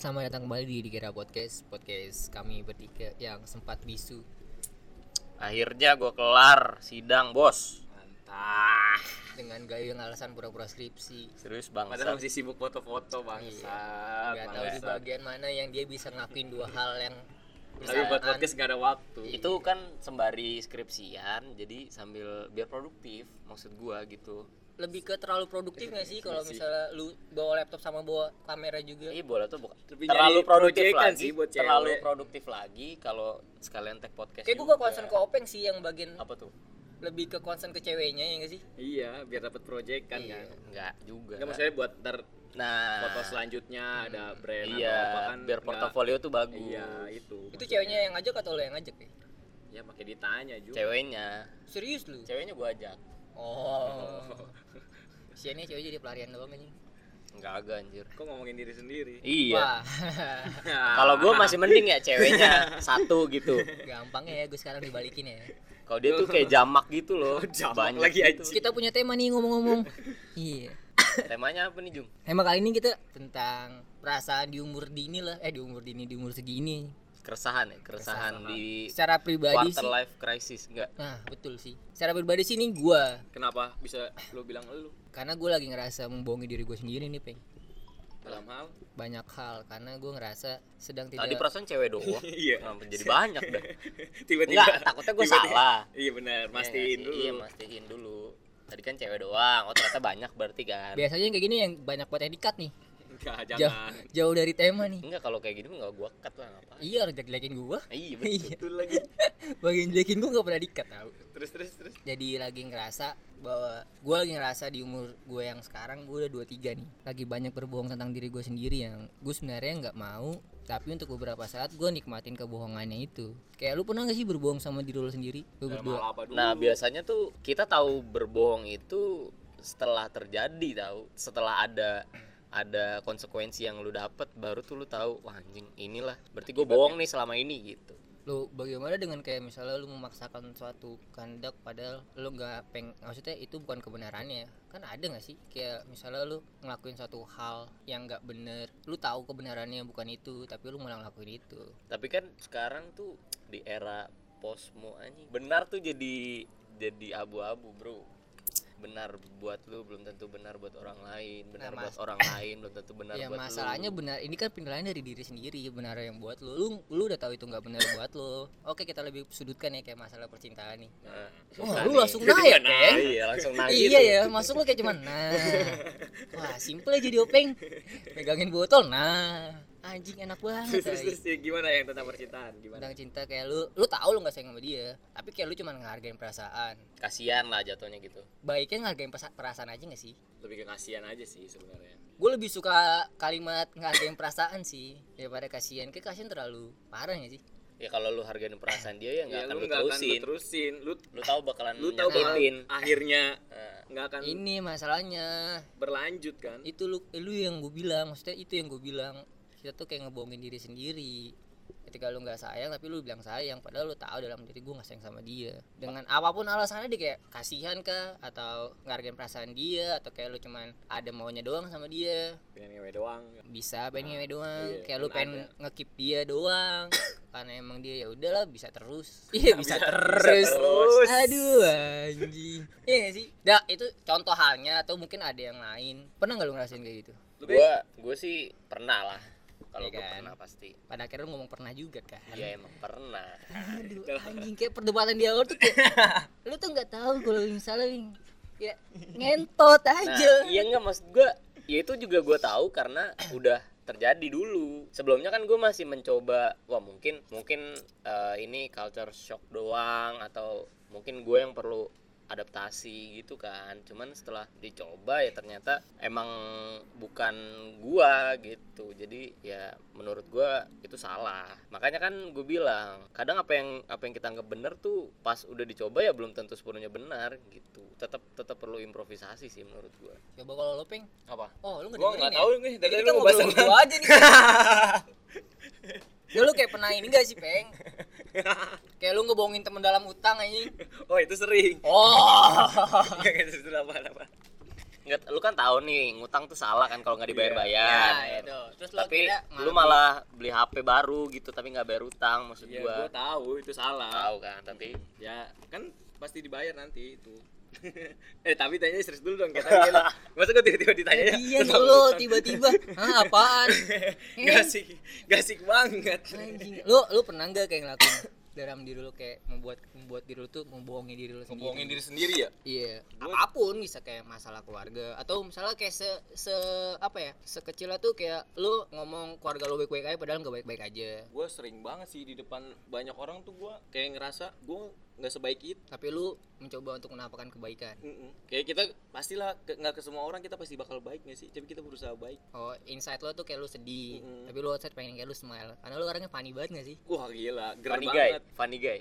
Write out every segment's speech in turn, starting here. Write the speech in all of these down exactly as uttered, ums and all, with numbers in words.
Selamat datang kembali di Dikira Podcast. Podcast kami bertiga yang sempat bisu. Akhirnya gue kelar sidang, bos. Mantap. Dengan gaya yang alasan pura-pura skripsi. Serius bang. Padahal masih sibuk foto-foto bangsa. Gak tahu di bagian mana yang dia bisa ngakuin dua hal yang Tapi buat podcast gak ada waktu. Itu kan sembari skripsian, jadi sambil biar produktif maksud gue gitu. Lebih ke terlalu produktif gak sih kalau misalnya lu bawa laptop sama bawa kamera juga? Iya boleh tuh bukan. Lebih Terlalu nyari produktif proyekan lagi. sih buat terlalu cewek. produktif lagi kalau sekalian tag podcast. Kayak gue juga. gak concern ke Openg sih yang bagian Apa tuh? lebih ke concern ke ceweknya ya gak sih? Iya, biar dapat proyekan Iya. kan. Enggak juga. Enggak maksudnya buat ntar Nah, foto selanjutnya ada brand iya, atau apa kan biar nggak- portofolio tuh bagus. Iya, itu. Itu ceweknya yang ngajak atau lo yang ngajak ya? Ya pakai ditanya juga. Ceweknya, Serius lu? ceweknya gue ajak. Oh. Si ini cewek jadi pelarian doang anjing. Enggak agak anjir. Kok ngomongin diri sendiri? Iya. Wah. Kalau gue masih mending ya ceweknya satu gitu. Gampang ya gue sekarang dibalikin ya. Kalau dia tuh kayak jamak gitu loh. Jamak Banyak lagi gitu. aja. Kita punya tema nih ngomong-ngomong. Iya. Temanya apa nih, Jum? Tema kali ini kita tentang perasaan di umur dini lah. Eh di umur dini, di umur segini. Keresahan ya, keresahan, Keresahan. di Secara pribadi quarter sih. life crisis enggak? Nah betul sih. Secara pribadi sih ini gue. Kenapa bisa lu bilang lu? Karena gue lagi ngerasa membohongi diri gue sendiri nih Peng. Dalam hal? Banyak hal. Karena gue ngerasa sedang tidak. Tadi perasaan cewek doang. Iya. Kenapa jadi banyak dah? Tiba-tiba. Enggak, takutnya gue tiba-tiba- salah. Iya benar, Iya mastiin nggak sih? dulu. Iya, mastiin dulu. Tadi kan cewek doang. Oh, ternyata banyak berarti kan. Biasanya yang kayak gini yang banyak buat edikat nih. Enggak, Jauh, jangan. jauh dari tema nih. Enggak, kalau kayak gini enggak gua cut lah ngapain. Iya orang jelek-jelekin gue. Iya, betul. Iya. Betul lagi. Bagian jelekin gue gak pernah dikat tau. Terus terus terus. Jadi lagi ngerasa bahwa gue lagi ngerasa di umur gue yang sekarang gue udah dua puluh tiga nih. Lagi banyak berbohong tentang diri gue sendiri yang gue sebenarnya gak mau. Tapi untuk beberapa saat gue nikmatin kebohongannya itu. Kayak lu pernah gak sih berbohong sama diri lu sendiri? Lu Dalam berdua. hal apa dulu? Nah, biasanya tuh kita tahu berbohong itu setelah terjadi tahu. Setelah ada ada konsekuensi yang lu dapet baru tuh lu tahu wah anjing inilah berarti gue bohong nih selama ini gitu. Lu bagaimana dengan kayak misalnya lu memaksakan suatu kehendak padahal lu gak peng maksudnya itu bukan kebenarannya. Kan ada gak sih kayak misalnya lu ngelakuin suatu hal yang gak bener, lu tahu kebenarannya bukan itu tapi lu malah ngelakuin itu. Tapi kan sekarang tuh di era posmo anjing benar tuh jadi jadi abu-abu bro. Benar buat lu belum tentu benar buat orang lain, benar Nah, buat mas- orang lain belum tentu benar Ya buat masalahnya lu. benar ini kan penilaian dari diri sendiri benar yang buat lu. Lu lu udah tahu itu nggak benar buat lu. Oke, kita lebih sudutkan ya kayak masalah percintaan nih. Nah, Wah, susah lu nih. langsung naik, Nah, Peng. iya, langsung naik Iya gitu. ya, masuk lu kayak cuman nah. Wah, simple aja di Openg. Megangin botol. Nah, anjing enak banget. Terus, terus, Tai. terus, gimana yang tentang percintaan? Gimana? Tentang cinta kayak lu, lu tahu lu nggak sayang sama dia, tapi kayak lu cuman ngehargain perasaan. Kasihan lah jatuhnya gitu. Baiknya ngehargain perasa- perasaan aja nggak sih? Lebih ke kasihan aja sih sebenarnya. Gue lebih suka kalimat ngehargain perasaan sih daripada kasihan. Kayak kasihan terlalu parah nggak sih? Ya kalau lu hargain perasaan dia ya nggak Ya akan lu lu nggak akan lu terusin. terusin. Lu Lu tahu bakalan lu tahu bakal nyakitin. akhirnya Nah, nggak akan Ini masalahnya. berlanjut kan? Itu lu lu yang gue bilang, maksudnya itu yang gue bilang. Kita tuh kayak ngebohongin diri sendiri. Ketika lu nggak sayang tapi lu bilang sayang padahal lu tahu dalam diri gue nggak sayang sama dia. Dengan apapun alasannya dia kayak kasihan kah atau ngehargain perasaan dia atau kayak lu cuman ada maunya doang sama dia. Pengen ngewe doang. Bisa pengen ngewe doang, iya, kayak lu kan pengen ada. nge-keep dia doang. Karena emang dia ya udahlah bisa terus. Iya bisa, terus. terus. Aduh anjing. Iya gak sih? Dah itu contoh halnya atau mungkin ada yang lain. Pernah nggak lu ngerasain kayak gitu? gua gua sih pernah lah. Kalau Iya gua kan? pernah pasti. Pada akhirnya lu ngomong pernah juga kan? Iya emang pernah. Aduh anjing kayak perdebatan di awal tuh kayak lu tuh nggak tahu kalau misalnya Wing. Ya ngentot Nah, aja. iya enggak maksud gua, ya itu juga gua tahu karena udah terjadi dulu. Sebelumnya kan gue masih mencoba, wah mungkin mungkin eh, ini culture shock doang atau mungkin gue yang perlu adaptasi gitu kan. Cuman setelah dicoba ya ternyata emang bukan gua gitu. Jadi ya menurut gua itu salah. Makanya kan gue bilang, kadang apa yang apa yang kita anggap benar tuh pas udah dicoba ya belum tentu sepenuhnya benar gitu. Tetap tetap perlu improvisasi sih menurut gua. Coba kalau lo Peng. Apa? Oh lu nggak Gua dengerin nggak ya? tahu nih, dari Jadi tadi kita lu mau bahas ngobrol apaan? berdua aja nih. Ya lu kayak pernah ini gak sih Peng? Kayak lu ngebohongin temen dalam utang anjing. Oh itu sering. Oh. Itu apa apa. Nggak, lu kan tahu nih ngutang tuh salah kan kalau nggak dibayar-bayar. Ya, itu. Terus lo Tapi kira lu malah beli H P baru gitu tapi nggak bayar utang maksud Ya gua. gua tahu itu salah. Tahu kan, tapi Ya kan pasti dibayar nanti itu. eh tapi tanya serius dulu dong, kayak tadi kan. Masa gua tiba-tiba ditanya ya? iya lo tiba-tiba hah apaan Gak sih, gak asik banget. anjing lu lu pernah nggak kayak ngelakuin dalam diri lu kayak membuat membuat diri lu tuh membohongi diri lu sendiri Ngomongin diri sendiri ya? iya Gua- apapun bisa kayak masalah keluarga atau misalnya kayak se se apa ya sekecil tuh kayak lu ngomong keluarga lu baik-baik aja padahal nggak baik-baik aja Gue sering banget sih di depan banyak orang tuh gue kayak ngerasa gue nggak sebaik itu. tapi lu mencoba untuk menampakkan kebaikan Mm-mm. Kayak kita pastilah ke- nggak ke semua orang kita pasti bakal baik nggak sih? Tapi kita berusaha baik. oh inside lo tuh kayak lu sedih Mm-mm. tapi lu outside pengen kayak lu smile karena lu orangnya funny banget gak sih Wah gila, ger funny guy, banget. funny guy.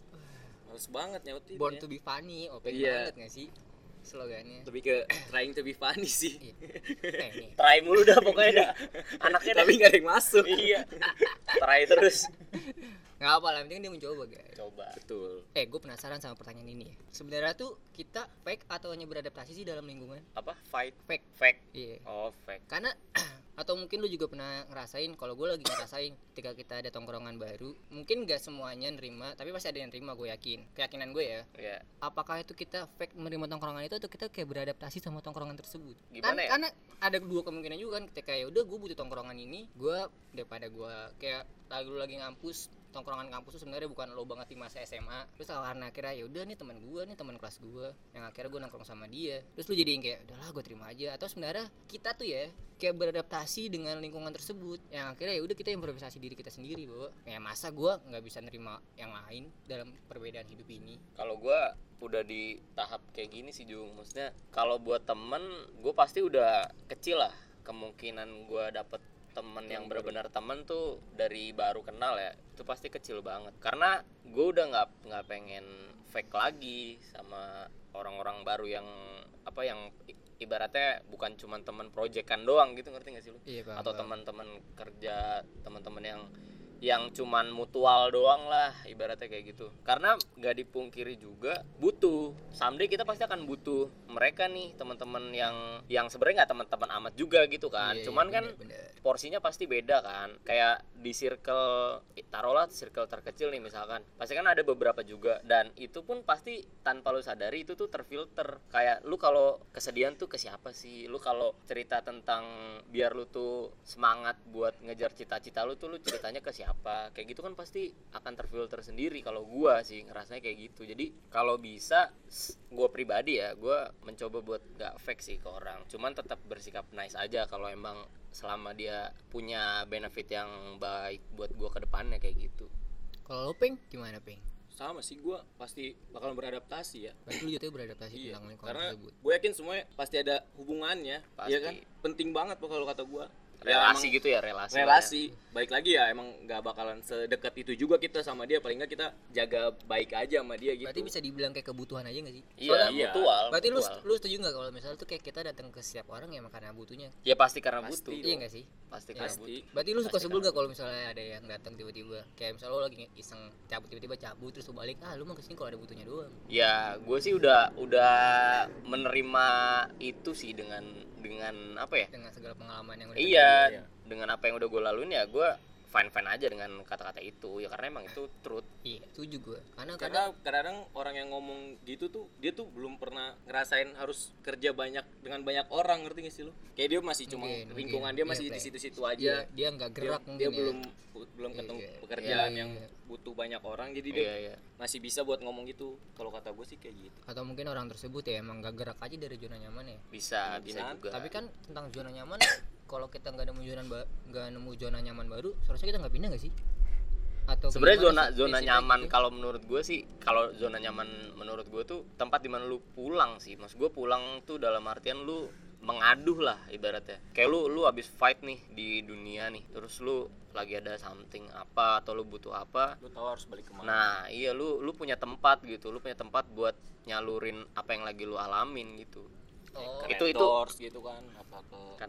Males banget nyautin. born ya. to be funny open Iya. banget gak sih slogannya Lebih ke trying to be funny sih. Iya. eh nih Try mulu dah pokoknya dah. Anaknya dah. Tapi nggak ada yang masuk. Iya. Try terus. nggak apa lah yang penting dia mencoba guys Coba. Betul. eh gue penasaran sama pertanyaan ini ya sebenarnya tuh kita fake atau hanya beradaptasi sih dalam lingkungan Apa? Fight. fake Fake. iya Oh, fake. karena atau mungkin lu juga pernah ngerasain kalau gue lagi ngerasain ketika kita ada tongkrongan baru mungkin gak semuanya nerima tapi pasti ada yang nerima gue yakin keyakinan gue ya Iya. apakah itu kita fake menerima tongkrongan itu atau kita kayak beradaptasi sama tongkrongan tersebut Gimana kan, ya? karena ada dua kemungkinan juga kan ketika ya udah gue butuh tongkrongan ini gue daripada gue kayak lagi lu lagi ngampus tongkrongan kampus tuh sebenarnya bukan lo banget di masa S M A terus karena akhirnya ya udah nih teman gue nih teman kelas gue yang akhirnya gue nongkrong sama dia terus lu jadi yang kayak udahlah gue terima aja atau sebenarnya kita tuh ya kayak beradaptasi dengan lingkungan tersebut yang akhirnya ya udah kita improvisasi diri kita sendiri bahwa ya masa gue nggak bisa nerima yang lain dalam perbedaan hidup ini Kalau gua udah di tahap kayak gini sih Jung. Maksudnya kalau buat temen, gue pasti udah kecil lah kemungkinan gua dapet temen yang benar-benar temen tuh dari baru kenal ya, itu pasti kecil banget karena gue udah nggak nggak pengen fake lagi sama orang-orang baru yang apa yang i- ibaratnya bukan cuma teman proyekan doang gitu, ngerti gak sih lu? iya paham, Atau paham. teman-teman kerja, teman-teman yang yang cuman mutual doang lah ibaratnya kayak gitu. Karena nggak dipungkiri juga butuh someday kita pasti akan butuh mereka nih, teman-teman yang yang sebenarnya nggak teman-teman amat juga gitu kan. Iya, Cuman iya, kan bener, bener. porsinya pasti beda kan, kayak di circle, taruhlah circle terkecil nih misalkan, pasti kan ada beberapa juga, dan itu pun pasti tanpa lu sadari itu tuh terfilter. Kayak lu kalau kesedihan tuh ke siapa sih, lu kalau cerita tentang biar lu tuh semangat buat ngejar cita-cita lu tuh lu ceritanya ke siapa, kayak gitu kan pasti akan terfilter sendiri. Kalau gua sih ngerasanya kayak gitu. Jadi kalau bisa s- gua pribadi ya, gua mencoba buat gak fake sih ke orang, cuman tetap bersikap nice aja kalau emang selama dia punya benefit yang baik buat gua ke depannya kayak gitu. Kalau lo peng gimana peng? Sama sih, gue pasti bakal beradaptasi ya. Berarti lu jatuhnya beradaptasi Iya, tentang lingkungan karena tersebut. gue yakin semuanya pasti ada hubungannya. Pasti. Iya kan, penting banget kalau kata gue. Relasi gitu ya, relasi. Relasi, baik lagi ya, emang nggak bakalan sedekat itu juga kita sama dia. Paling nggak kita jaga baik aja sama dia gitu. Berarti bisa dibilang kayak kebutuhan aja gak sih? Iya, Soalnya- iya. mutual. Berarti lu mutual. lu setuju nggak kalau misalnya tuh kayak kita datang ke setiap orang ya emang karena butuhnya? Ya pasti karena Pasti butuh. Iya nggak sih? Pasti Iya. karena Pasti. butuh. Berarti lu suka Pasti sebel karena gak kalau misalnya ada yang datang tiba-tiba kayak misalnya lu lagi iseng cabut tiba-tiba cabut terus lu balik ah lu mah kesini kalau ada butuhnya doang. Ya, gue sih udah udah menerima itu sih dengan dengan apa ya? Dengan segala pengalaman yang udah Iya, terjadi, ya. dengan apa yang udah gue laluin ya gue fine fine aja dengan kata-kata itu ya, karena emang itu truth. Iya, setuju gue. Karena Karena kadang kadang-kadang orang yang ngomong gitu tuh dia tuh belum pernah ngerasain harus kerja banyak dengan banyak orang, ngerti gak sih lu? Kayak dia masih cuma Mungkin, lingkungan mungkin. dia Iya, masih Play. di situ-situ iya, aja. dia nggak Dia, gerak dia mungkin ya. belum belum Iya, ketemu iya. pekerjaan Iya, yang iya. butuh banyak orang, jadi dia Iya, iya. masih bisa buat ngomong gitu. Kalau kata gue sih kayak gitu. Atau mungkin orang tersebut ya emang gak gerak aja dari zona nyaman ya. Bisa, Bisa. bisa juga. Tapi kan tentang zona nyaman kalau kita nggak nemu zona ba- nggak nemu zona nyaman baru, seharusnya kita nggak pindah nggak sih? Atau sebenarnya gimana zona sih zona prinsipnya nyaman gitu? kalau menurut gue sih, kalau zona nyaman menurut gue tuh tempat dimana lu pulang sih. Maksud gue pulang tuh dalam artian lu mengaduh lah ibaratnya. Kayak lu lu abis fight nih di dunia nih, terus lu lagi ada something apa atau lu butuh apa. Lu tahu harus balik kemana. Nah iya, lu lu punya tempat gitu, lu punya tempat buat nyalurin apa yang lagi lu alamin gitu. Oh, Itu- itu- Endorse gitu kan, apa ke Kan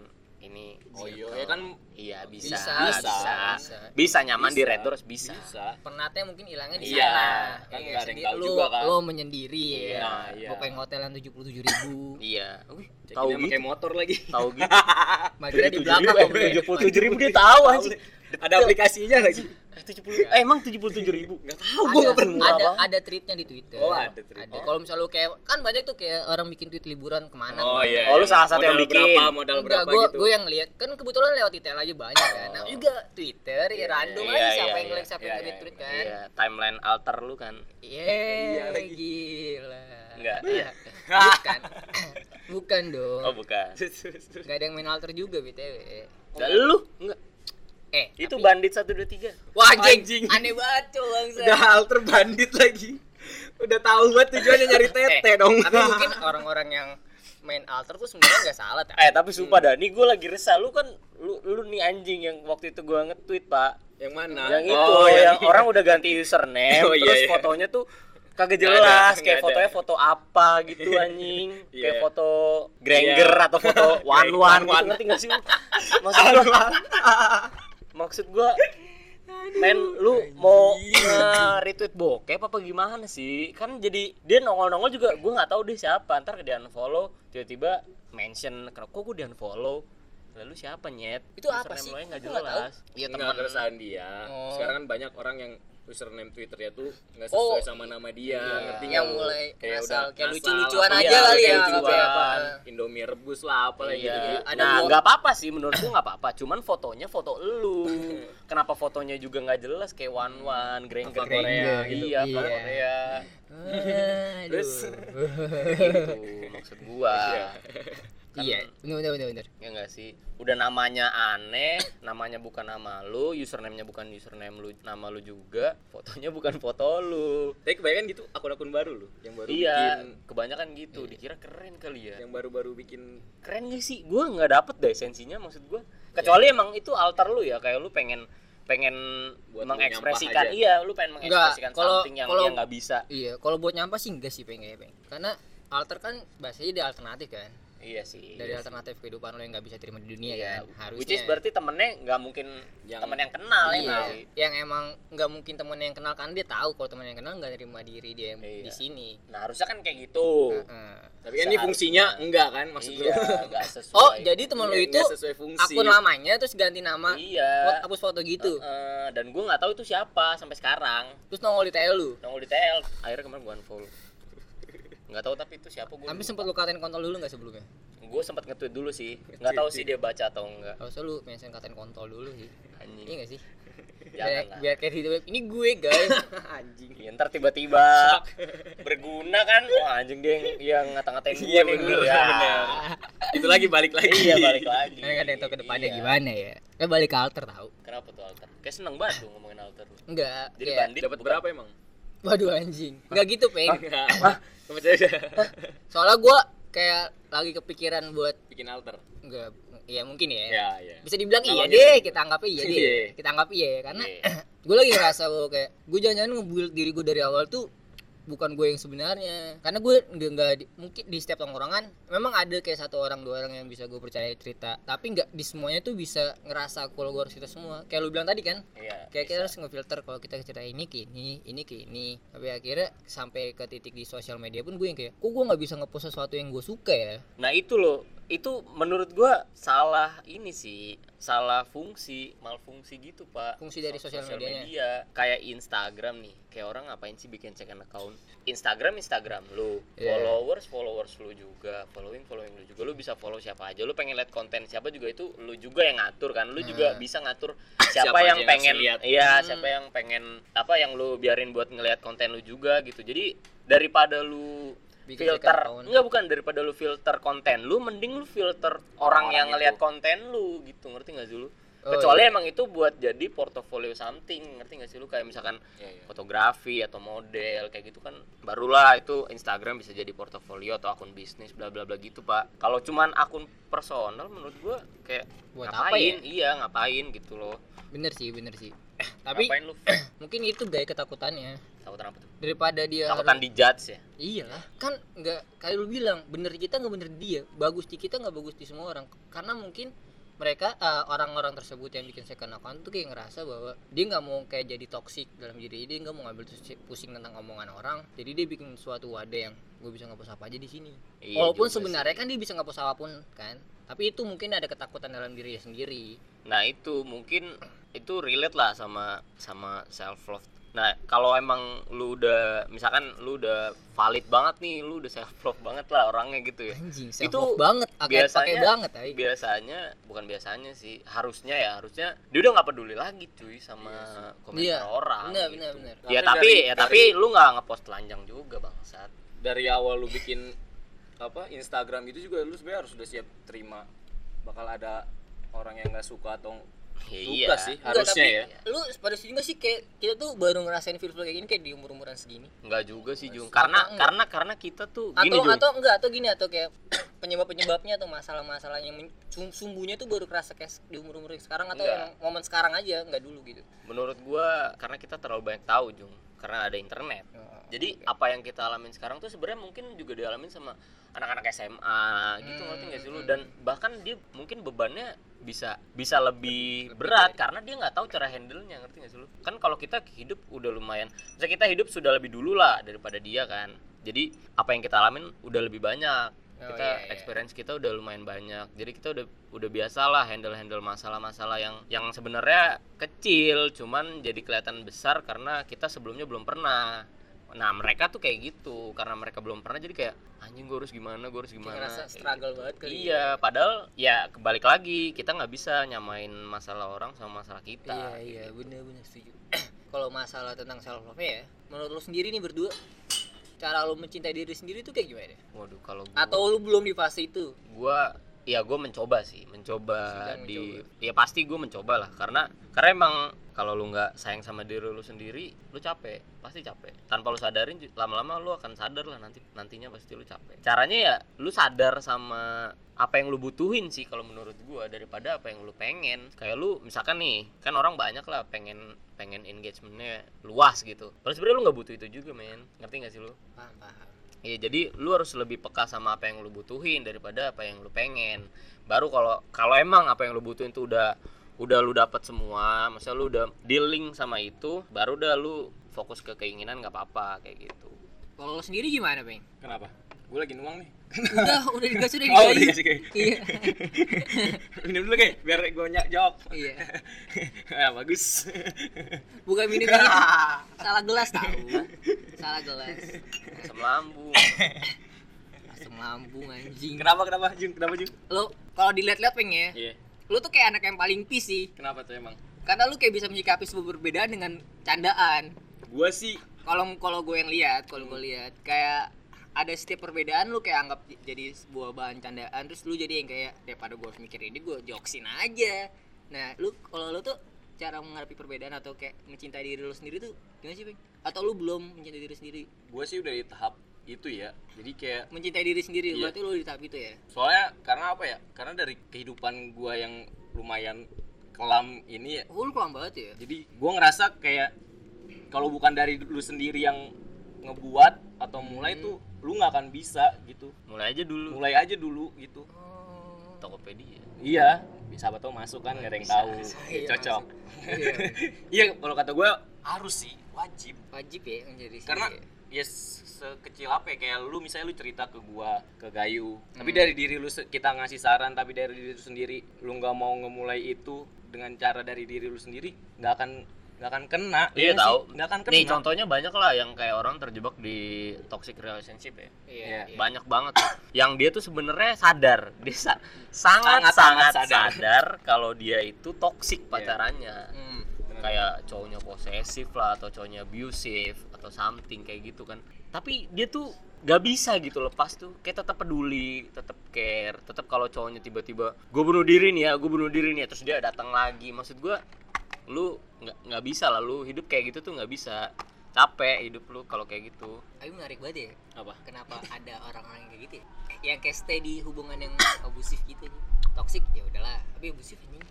ini Oh iya, circle. ya kan Iya bisa Bisa, bisa bisa, bisa, bisa. nyaman di Bisa. Red Doors bisa. bisa. Pernatnya mungkin hilangnya di Iya, sana. kan Ya, nggak ada yang sendiri. tahu lu, juga kan. Lo menyendiri Iya, ya. iya. Booking hotel yang tujuh puluh tujuh ribu. Iya. Wih, Cek tahu ini pakai gitu. motor lagi. Tahu gitu. Makanya di belakang om. tujuh puluh tujuh ribu dia tahu anjing. Ada aplikasinya lagi. tujuh puluh eh emang tujuh puluh tujuh ribu. Enggak tahu Ada, gua enggak pernah. ada, banget. ada tweetnya di Twitter. Oh, ada tweet. Ada. Kalau misalnya lu kayak kan banyak tuh kayak orang bikin tweet liburan kemana. Oh kemana. iya. Oh, lu salah satu yang Modal bikin. berapa, modal Enggak, berapa gua gitu. gua yang lihat kan kebetulan lewat detail aja banyak kan. Nah, Oh. juga Twitter ya random iya, aja iya, siapa yang iya. nge-like siapa yang Iya, nge-tweet iya, tweet kan. Iya, timeline alter lu kan. Iya, Iya lagi. gila. Enggak. Iya. Bukan. Bukan dong. Oh, bukan. Gak ada yang main alter juga B T W. Enggak lu. Enggak. Eh, Itu tapi- bandit satu dua tiga. Wah, anjing. Anjing. Aneh banget tuh bangsa. Udah alter bandit lagi. Udah tahu banget tujuannya nyari tete Eh, dong. Tapi mungkin orang-orang yang main alter tuh sebenarnya nggak salah tak? Eh, tapi sumpah dah, nih gue lagi resah. Lu kan lu lu nih anjing yang waktu itu gua nge-tweet, Pak. Yang mana? Yang itu Oh, yang ini. orang udah ganti username, Oh, iya, terus iya. fotonya tuh kagak Nggak jelas, ada, kayak nggak ada. fotonya foto apa gitu anjing. Kayak Iya. foto Granger Iya. atau foto One One gitu, One-one. ngerti gak sih lu? Maksud gua Maksud gua men lu mau nge-retweet bokep apa gimana sih? Kan jadi dia nongol-nongol juga gua nggak tahu dia siapa. Ntar dia unfollow, tiba-tiba mention kok gua di unfollow. Lalu siapa nyet? Itu apa Username sih? lo nya nggak Gua nggak tahu. jelas. Iya Enggak teman. keresahan dia. Oh. Sekarang kan banyak orang yang username Twitternya tuh nggak Oh. sesuai sama nama dia, Iya. ngerti Yang nggak lu? mulai kayak ngasal, udah kayak ngasal, lucu-lucuan apa- aja iya, kali kayak ya, lucu-lucuan. apa-apa. Indomie rebus lah apalah gitu. Iya. Ada Nah, gua- nggak apa-apa sih menurut gua nggak apa-apa. Cuman fotonya foto elu. Kenapa fotonya juga nggak jelas kayak One One, Granger Apa Korea gitu. Iya, Iya. apa Korea. Aduh. Terus? Gitu maksud gua. Iya. Kan- Iya, bener bener bener bener. Ya enggak sih. Udah namanya aneh, namanya bukan nama lu, username-nya bukan username lu, nama lu juga, fotonya bukan foto lu. Tapi kebanyakan gitu akun-akun baru loh, yang baru Iya, bikin, kebanyakan gitu. Dikira keren kali ya. yang baru-baru bikin. Keren gak sih? Gua nggak dapet deh esensinya maksud gua. Kecuali emang itu alter lu ya, kayak lu pengen pengen Buat lu mengekspresikan nyampah aja. iya, lu pengen Enggak, mengekspresikan kalau- something yang kalau- dia nggak bisa. Iya, kalau buat nyampah sih enggak sih pengen pengen. Karena alter kan bahasanya dia alternatif kan. Iya sih. Dari iya sih. alternatif kehidupan lo yang nggak bisa terima di dunia Iya, kan. Harusnya. which is berarti temennya nggak mungkin Yang- temen yang kenal ya Iya, nggak sih? yang emang nggak mungkin temen yang kenal kan dia tahu kalau temen yang kenal nggak terima diri dia yang Iya. di sini. Nah harusnya kan kayak gitu. Heeh. Tapi kan ini fungsinya enggak kan maksud lu? Iya, nggak sesuai. Oh, jadi temen lo Iya, itu nggak sesuai fungsi. akun lamanya terus ganti nama, Iya. buat hapus foto gitu. Heeh, dan gue nggak tahu itu siapa sampai sekarang. Terus nongol di T L lu. Nongol di T L. Akhirnya kemarin gue unfollow. Nggak tahu tapi itu siapa gue. Tapi sempet lu katain kontol dulu nggak sebelumnya? Gue sempat nge-tweet dulu sih. Nggak tahu sih dia baca atau enggak. Harusnya lu mention katain kontol dulu sih. Anjing. Iya nggak sih? Jangan Biar, lah. biar kayak di web ini gue guys. Anjing. Ya, ntar tiba-tiba berguna kan. Wah anjing dia yang, yang ngata-ngatain gue Iya, nih bener, dulu ya. bener. Itu lagi balik lagi. Iya balik lagi. Kan ada yang tahu ke depannya Iya. gimana ya. Kan balik ke alter tahu. Kenapa tuh alter? Kayak seneng banget tuh ngomongin alter. Enggak. Jadi kayak- bandit Dapat bukan- berapa emang? Waduh anjing. Enggak gitu, Peng. Enggak. Kepercaya. Soalnya gua kayak lagi kepikiran buat Bikin alter. enggak ya mungkin ya. Ya, ya. Bisa dibilang iya Namanya deh, sih. kita anggap iya deh. Iya. Kita anggap iya ya, karena Iya. gue lagi ngerasa bahwa kayak gue jangan-jangan nge-build diri gue dari awal tuh bukan gue yang sebenarnya, karena gue nggak nggak di- mungkin di setiap tongkrongan memang ada kayak satu orang dua orang yang bisa gue percaya cerita, tapi nggak di semuanya tuh bisa ngerasa kalau gue harus cerita semua kayak lu bilang tadi kan. Iya. Kayak kita harus ngefilter kalau kita cerita ini ke ini, ini ke ini. Tapi akhirnya sampai ke titik di sosial media pun gue yang kayak, kok gue nggak bisa ngepost sesuatu yang gue suka ya? Nah itu loh, itu menurut gua salah ini sih, salah fungsi, malfungsi gitu pak. Fungsi dari So- sosial medianya. media. Kayak Instagram nih, kayak orang ngapain sih bikin second account? Instagram Instagram lu, Iya. followers followers lu juga, following following lu juga, lu bisa follow siapa aja, lu pengen lihat konten siapa juga itu lu juga yang ngatur kan, lu juga Nah. bisa ngatur siapa, Siapa yang aja yang pengen, harus lihat. iya Hmm. siapa yang pengen apa yang lu biarin buat ngelihat konten lu juga gitu. Jadi daripada lu Bikin filter second account. enggak bukan daripada lu filter konten lu, mending lu filter orang, Orang yang itu. ngelihat konten lu gitu, ngerti nggak sih lu? Oh, Kecuali iya. emang itu buat jadi portofolio something, ngerti nggak sih lu? Kayak misalkan Iya, iya. fotografi atau model kayak gitu kan, barulah itu Instagram bisa jadi portofolio atau akun bisnis bla bla bla gitu pak. Kalau cuman akun personal menurut gua kayak Buat apa ngapain? ya? Iya ngapain gitu loh. Bener sih, bener sih. Tapi Ngapain lu? mungkin itu gaya ketakutannya Takutan apa tuh? daripada dia Takutan harus- dijudge ya? iyalah kan nggak kayak lu bilang bener di kita nggak bener di dia, bagus di kita nggak bagus di semua orang, karena mungkin mereka uh, orang-orang tersebut yang bikin second account tuh kayak ngerasa bahwa dia nggak mau kayak jadi toxic dalam diri dia, nggak mau ngambil pusing tentang omongan orang, jadi dia bikin suatu wadah yang gue bisa ngepost apa aja di sini. Iya, walaupun juga sebenarnya sih. kan dia bisa ngepost apapun kan, tapi itu mungkin ada ketakutan dalam dirinya sendiri. Nah itu mungkin itu relate lah sama sama self love. Nah kalau emang lu udah misalkan lu udah valid banget nih, lu udah self love banget lah orangnya gitu ya. Anjing, self Itu love banget, agak biasanya pakai banget ay. biasanya bukan biasanya sih, harusnya ya harusnya dia udah nggak peduli lagi cuy sama komentar Iya, orang. benar, gitu. benar, benar. Ya Tapi tapi dari- ya tapi lu nggak ngepost telanjang juga bangsat. Dari awal lu bikin apa Instagram itu juga lu sebenarnya harus udah siap terima bakal ada orang yang nggak suka atau Ya, suka iya. sih Enggak, harusnya tapi ya. lu pada sini nggak sih kayak kita tuh baru ngerasain feel kayak gini kayak di umur-umuran segini? Enggak juga sih Jung. Apa Karena enggak? karena karena kita tuh Atau gini Jung. atau enggak atau gini atau kayak penyebab-penyebabnya atau masalah-masalah yang men- sum- sumbunya tuh baru kerasa kayak di umur-umur sekarang atau Enggak. emang momen sekarang aja, enggak dulu gitu. Menurut gua karena kita terlalu banyak tahu Jung. Karena ada internet. Oh, Jadi apa yang kita alamin sekarang tuh sebenarnya mungkin juga dialamin sama anak-anak S M A gitu, Hmm, ngerti nggak sih lu? hmm. Dan bahkan dia mungkin bebannya bisa bisa lebih, berat karena dia nggak tahu cara handle-nya, ngerti nggak sih lu? Kan kalau kita hidup udah lumayan, misalnya kita hidup sudah lebih dulu lah daripada dia kan. Jadi apa yang kita alamin udah lebih banyak. Oh, Kita iya, iya. experience kita udah lumayan banyak. Jadi kita udah udah biasa lah handle-handle masalah-masalah yang yang sebenarnya kecil cuman jadi kelihatan besar karena kita sebelumnya belum pernah. Nah mereka tuh kayak gitu karena mereka belum pernah jadi kayak anjing gue harus gimana gue harus Kayak gimana ngerasa Kayak struggle gitu. banget kali. Iya padahal ya kebalik lagi kita nggak bisa nyamain masalah orang sama masalah kita. Iya, iya, bener-bener setuju. Kalau masalah tentang self love ya, menurut lu sendiri nih berdua, cara lu mencintai diri sendiri tuh kayak gimana? Waduh kalau gua, Atau lu belum di fase itu? gua ya gue mencoba sih mencoba Sedang di mencoba. ya pasti gue mencoba lah karena karena emang kalau lu nggak sayang sama diri lu sendiri lu capek pasti capek tanpa lu sadarin ju- lama-lama lu akan sadar lah nanti nantinya pasti lu capek. Caranya ya lu sadar sama apa yang lu butuhin sih kalau menurut gua daripada apa yang lu pengen. Kayak lu misalkan nih kan orang banyak lah pengen pengen engagementnya luas gitu, terus sebenarnya lu nggak butuh itu juga men, ngerti nggak sih lu? Paham, paham. Iya, jadi lu harus lebih peka sama apa yang lu butuhin daripada apa yang lu pengen. Baru kalau kalau emang apa yang lu butuhin itu udah udah lu dapat semua, maksudnya lu udah dealing sama itu, baru udah lu fokus ke keinginan nggak apa-apa kayak gitu. Kalau lu sendiri gimana, Bang? Kenapa? Gue lagi nuang nih. Udah, udah dikasih udah Oh, udah dikasih. dikasih, kayak. Iya. Minum dulu kayak biar gue ny- jawab. Iya. Ah, bagus. Bukan minum yang itu. Salah gelas tahu. Salah gelas. Asam lambung. Asam lambung anjing. Kenapa kenapa Jung? Kenapa Jung? Lu kalau dilihat-lihat Peng ya, Iya. lu tuh kayak anak yang paling peace sih. Kenapa tuh emang? Karena lu kayak bisa menyikapi sebuah perbedaan dengan candaan. Gua sih Kalau kalau gue yang lihat, kalau gue lihat kayak ada setiap perbedaan lu kayak anggap j- jadi sebuah bahan candaan, terus lu jadi yang kayak daripada gue harus mikir ini gue joksin aja. Nah, lu kalau lu tuh cara menghadapi perbedaan atau kayak mencintai diri lu sendiri tuh gimana sih, Bang? Atau lu belum mencintai diri sendiri? gua sih udah di tahap itu ya. Jadi kayak Mencintai diri sendiri, Iya. berarti lu di tahap itu ya? soalnya karena apa ya? Karena dari kehidupan gua yang lumayan kelam ini ya. Oh, lu kelam banget ya? Jadi gua ngerasa kayak kalau bukan dari lu sendiri yang ngebuat atau mulai tuh lu nggak akan bisa gitu. Mulai aja dulu. Mulai aja dulu gitu. Oh. Tokopedia. Iya, bisa apa tau masuk kan nggak ada yang tahu. Iya, Cocok. Iya. Iya, kalau kata gua harus sih, wajib. Wajib ya menjadi Karena sendiri. ya se- sekecil apa ya, kayak lu misalnya lu cerita ke gua, ke Gayu, tapi Hmm. dari diri lu se- kita ngasih saran, tapi dari diri lu sendiri lu nggak mau ngemulai itu dengan cara dari diri lu sendiri, nggak akan nggak akan kena. Iya nggak tahu. sih? Nggak akan kena. Nih contohnya banyak lah yang kayak orang terjebak di toxic relationship ya. Iya, Iya. iya. Banyak banget tuh. Yang dia tuh sebenarnya sadar, dia sa- Sangat, sangat sangat sangat sadar. sadar kalau dia itu toxic pacarannya. Hmm. Kayak cowoknya posesif lah atau cowoknya abusive atau something kayak gitu kan. Tapi dia tuh gak bisa gitu lepas tuh, kayak tetap peduli, tetap care, tetap kalau cowoknya tiba-tiba gue bunuh diri nih ya, gue bunuh diri nih ya, terus dia datang lagi. Maksud gue lu nggak nggak bisa lah lu hidup kayak gitu tuh nggak bisa, capek hidup lu kalau kayak gitu. Tapi menarik banget ya. Apa? Kenapa ada orang-orang yang kayak gitu ya? Yang kayak stay di hubungan yang abusif gitu nih. Toxic ya udahlah, tapi abusif ini.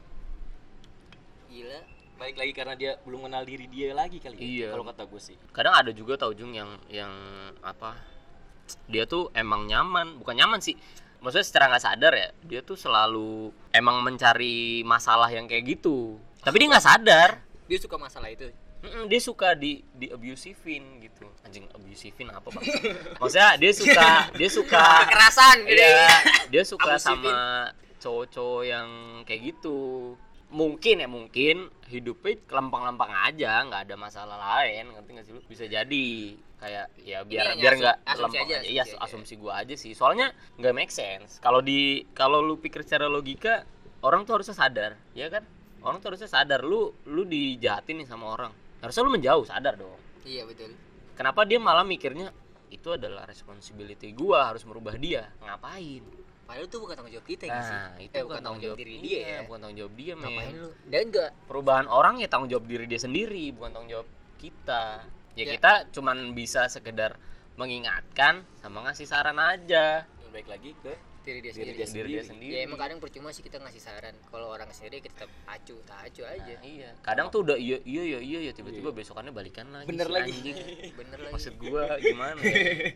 Gila. Baik lagi karena dia belum kenal diri dia lagi kali ya. Iya. Kalau kata gue sih. Kadang ada juga tau Jung yang yang apa, dia tuh emang nyaman, bukan nyaman sih, maksudnya secara nggak sadar ya dia tuh selalu emang mencari masalah yang kayak gitu tapi dia nggak sadar Dia suka masalah itu. Mm-mm, dia suka di di abusivein gitu anjing abusivein apa bang maksudnya dia suka dia suka Kekerasan gitu. iya, dia suka Abusivein. sama cowok-cowok yang kayak gitu mungkin ya mungkin hidupnya lempeng-lempeng aja nggak ada masalah lain ngerti nggak sih lu bisa jadi kayak ya biar hanya biar asum- nggak asumsi lempeng aja, aja, iya asumsi aja. asumsi gua aja sih soalnya nggak make sense kalau di kalau lu pikir secara logika orang tuh harusnya sadar ya kan orang tuh harusnya sadar lu lu dijahatin nih sama orang harusnya lu menjauh sadar dong Iya betul. kenapa dia malah mikirnya itu adalah responsibility gua harus merubah dia ngapain Padahal itu bukan tanggung jawab kita gitu sih. nah itu Eh, bukan tanggung jawab diri iya, dia ya. bukan tanggung jawab dia Ngapain men lu? Dan enggak perubahan orang ya tanggung jawab diri dia sendiri bukan tanggung jawab kita ya, Ya. kita cuman bisa sekedar mengingatkan sama ngasih saran aja Baik lagi ke diri dia Diri sendiri. dia diri dia sendiri Ya emang kadang percuma sih kita ngasih saran. Kalau orang sendiri kita tetap acu, tak acu aja. nah, iya kadang tuh udah iya iya iya iya ya tiba-tiba besokannya balikan lagi Bener si lagi. anjing. Bener lagi. maksud gua gimana ya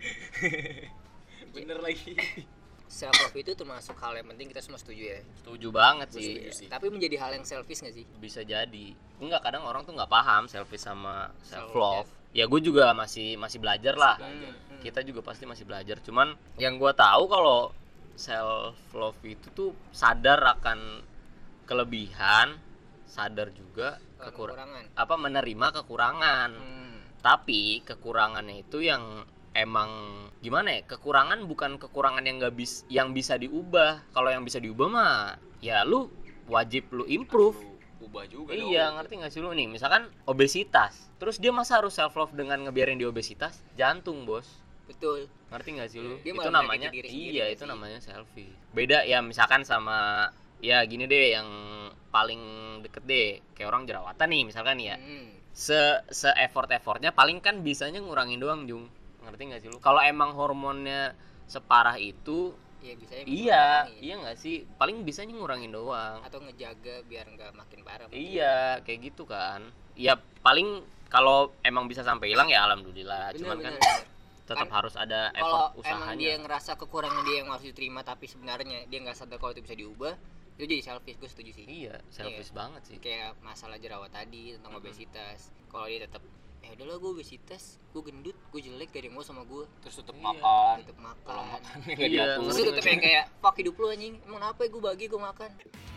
bener lagi. Self love itu termasuk hal yang penting, kita semua setuju ya. setuju banget Gua sih setuju sih. Tapi menjadi hal yang selfish gak sih? bisa jadi enggak kadang orang tuh nggak paham selfish sama self Self love ya gue juga masih masih belajar lah Hmm, hmm. kita juga pasti masih belajar cuman yang gue tahu kalau self love itu tuh sadar akan kelebihan sadar juga kekurangan Kekurangan. apa menerima kekurangan Hmm. tapi kekurangannya itu yang emang gimana ya kekurangan bukan kekurangan yang nggak bis yang bisa diubah kalau yang bisa diubah mah ya lu wajib lu improve Lu ubah juga iya dong. ngerti nggak sih lu nih misalkan obesitas terus dia masa harus self love dengan ngebiarin dia obesitas jantung bos Betul. ngerti nggak sih lu Dia itu malah namanya menyakiti diri sendiri iya nggak itu sih? namanya selfie beda ya misalkan sama ya gini deh yang paling deket deh kayak orang jerawatan nih misalkan ya Hmm. se se effort effortnya paling kan bisanya ngurangin doang Jung ngerti nggak sih lu kalau emang hormonnya separah itu Iya bisa iya iya nggak sih paling bisanya ngurangin doang atau ngejaga biar nggak makin parah. iya kayak gitu kan ya paling kalau emang bisa sampai hilang ya alhamdulillah Bener, cuman bener, kan bener. tetap Kan harus ada Kalau effort emang dia usahanya ngerasa kekurangan dia yang harus diterima tapi sebenarnya dia nggak sadar kalau itu bisa diubah, itu jadi selfish. Gue setuju sih. iya selfish banget sih Kayak masalah jerawat tadi tentang obesitas. Kalau dia tetap eh udahlah gue obesitas, gue gendut, gue jelek, gak ada yang mau sama gue, Terus tetap Iya. makan. tetap Kalau makan. makan Iya, nggak diatur. Terus tetap yang kayak fuck hidup lu anjing, emang apa ya gue bagi gue makan.